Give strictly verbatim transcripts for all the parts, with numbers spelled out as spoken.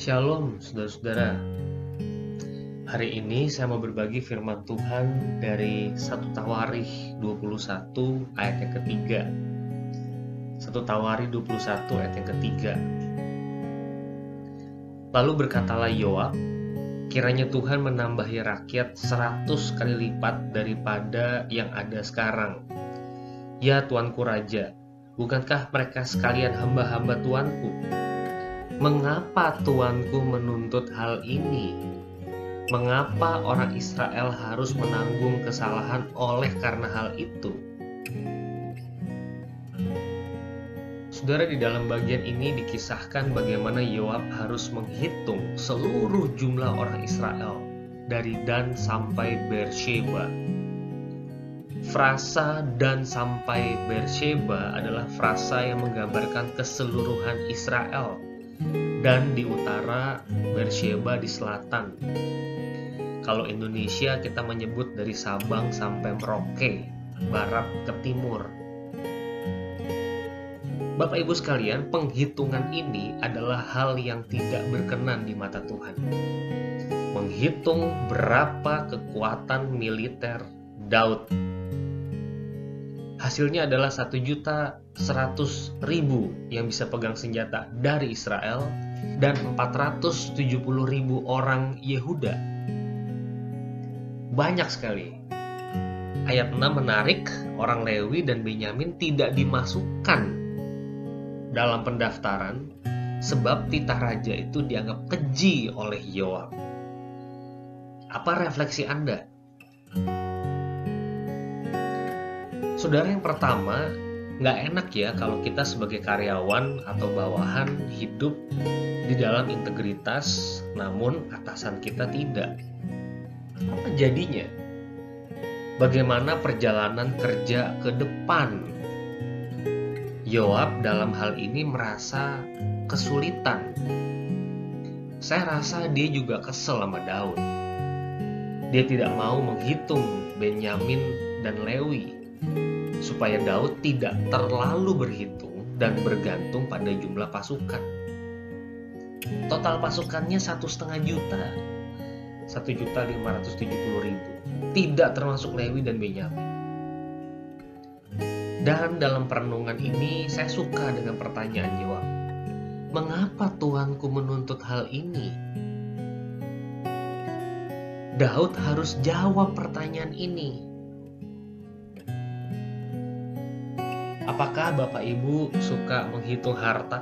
Shalom, saudara-saudara. Hari ini saya mau berbagi firman Tuhan dari satu Tawarikh dua puluh satu ayat yang ketiga. satu Tawarikh dua puluh satu ayat yang ketiga. Lalu berkatalah Yoab, kiranya Tuhan menambahi rakyat seratus kali lipat daripada yang ada sekarang. Ya Tuanku Raja, bukankah mereka sekalian hamba-hamba Tuanku? Mengapa Tuanku menuntut hal ini? Mengapa orang Israel harus menanggung kesalahan oleh karena hal itu? Saudara, di dalam bagian ini dikisahkan bagaimana Yoab harus menghitung seluruh jumlah orang Israel dari Dan sampai Beersheba. Frasa Dan sampai Beersheba adalah frasa yang menggambarkan keseluruhan Israel. Dan di utara, Beersheba di selatan. Kalau Indonesia kita menyebut dari Sabang sampai Merauke, barat ke timur. Bapak Ibu sekalian, penghitungan ini adalah hal yang tidak berkenan di mata Tuhan. Menghitung berapa kekuatan militer Daud. Hasilnya adalah satu juta seratus ribu yang bisa pegang senjata dari Israel dan empat ratus tujuh puluh ribu orang Yehuda. Banyak sekali. Ayat enam menarik, orang Lewi dan Benyamin tidak dimasukkan dalam pendaftaran sebab titah raja itu dianggap keji oleh Yoab. Apa refleksi Anda? Saudara, yang pertama, nggak enak ya kalau kita sebagai karyawan atau bawahan hidup di dalam integritas, namun atasan kita tidak. Apa jadinya? Bagaimana perjalanan kerja ke depan? Yoab dalam hal ini merasa kesulitan. Saya rasa dia juga kesel sama Daud. Dia tidak mau menghitung Benyamin dan Lewi supaya Daud tidak terlalu berhitung dan bergantung pada jumlah pasukan. Total pasukannya satu setengah juta. satu juta lima ratus tujuh puluh ribu, tidak termasuk Lewi dan Benyamin. Dan dalam perenungan ini saya suka dengan pertanyaan Yoab. Mengapa Tuanku menuntut hal ini? Daud harus jawab pertanyaan ini. Apakah Bapak Ibu suka menghitung harta?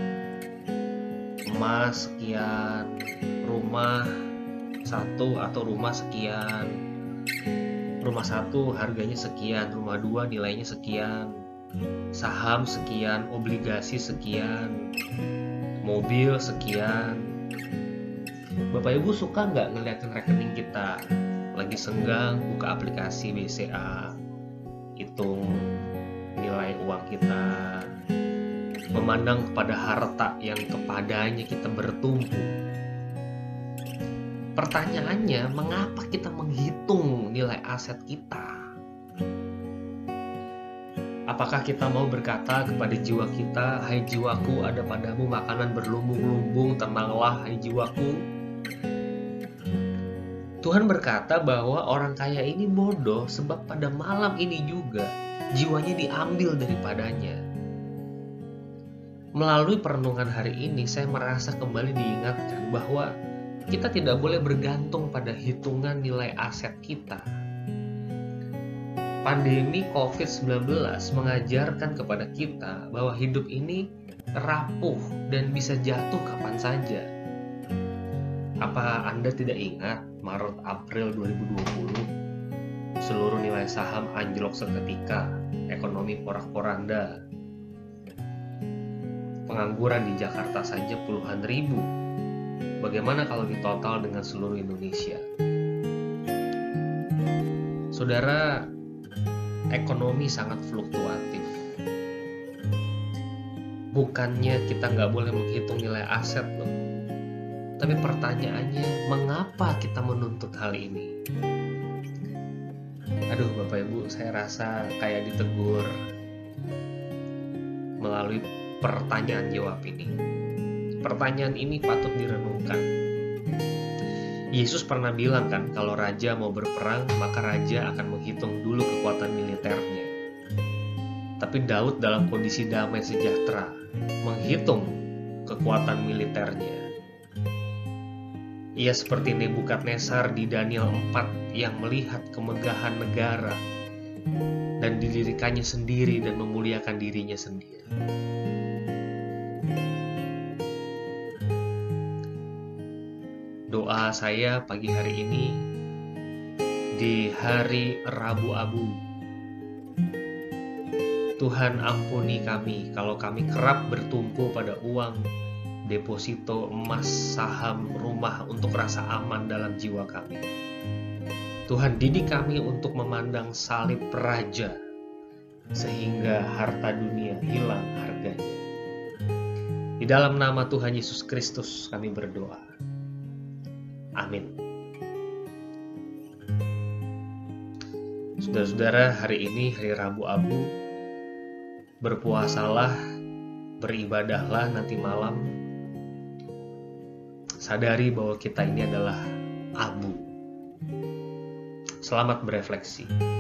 Emas sekian, rumah satu atau rumah sekian, rumah satu harganya sekian, rumah dua nilainya sekian, saham sekian, obligasi sekian, mobil sekian. Bapak Ibu suka nggak ngeliatin rekening kita lagi senggang, buka aplikasi B C A, hitung nilai uang kita, memandang kepada harta yang kepadanya kita bertumpu. Pertanyaannya, mengapa kita menghitung nilai aset kita? Apakah kita mau berkata kepada jiwa kita, hai jiwaku, ada padamu makanan berlumbung-lumbung, tenanglah hai jiwaku? Tuhan berkata bahwa orang kaya ini bodoh sebab pada malam ini juga jiwanya diambil daripadanya. Melalui perenungan hari ini, saya merasa kembali diingatkan bahwa kita tidak boleh bergantung pada hitungan nilai aset kita. Pandemi covid sembilan belas mengajarkan kepada kita bahwa hidup ini rapuh dan bisa jatuh kapan saja. Apa Anda tidak ingat Maret April dua ribu dua puluh? Seluruh nilai saham anjlok seketika, ekonomi porak-poranda. Pengangguran di Jakarta saja puluhan ribu. Bagaimana kalau ditotal dengan seluruh Indonesia? Saudara, ekonomi sangat fluktuatif. Bukannya kita nggak boleh menghitung nilai aset loh. Tapi pertanyaannya, mengapa kita menuntut hal ini? Aduh Bapak Ibu, saya rasa kayak ditegur melalui pertanyaan Yoab ini. Pertanyaan ini patut direnungkan. Yesus pernah bilang kan, kalau raja mau berperang, maka raja akan menghitung dulu kekuatan militernya. Tapi Daud dalam kondisi damai sejahtera, menghitung kekuatan militernya. Ia seperti Nebukadnezar di Daniel empat yang melihat kemegahan negara dan didirikannya sendiri dan memuliakan dirinya sendiri. Doa saya pagi hari ini, di hari Rabu Abu, Tuhan ampuni kami kalau kami kerap bertumpu pada uang, deposito, emas, saham, rumah untuk rasa aman dalam jiwa kami. Tuhan didik kami untuk memandang salib raja, sehingga harta dunia hilang harganya. Di dalam nama Tuhan Yesus Kristus kami berdoa. Amin. Saudara-saudara, hari ini hari Rabu Abu, berpuasalah, beribadahlah nanti malam. Sadari bahwa kita ini adalah abu. Selamat berefleksi.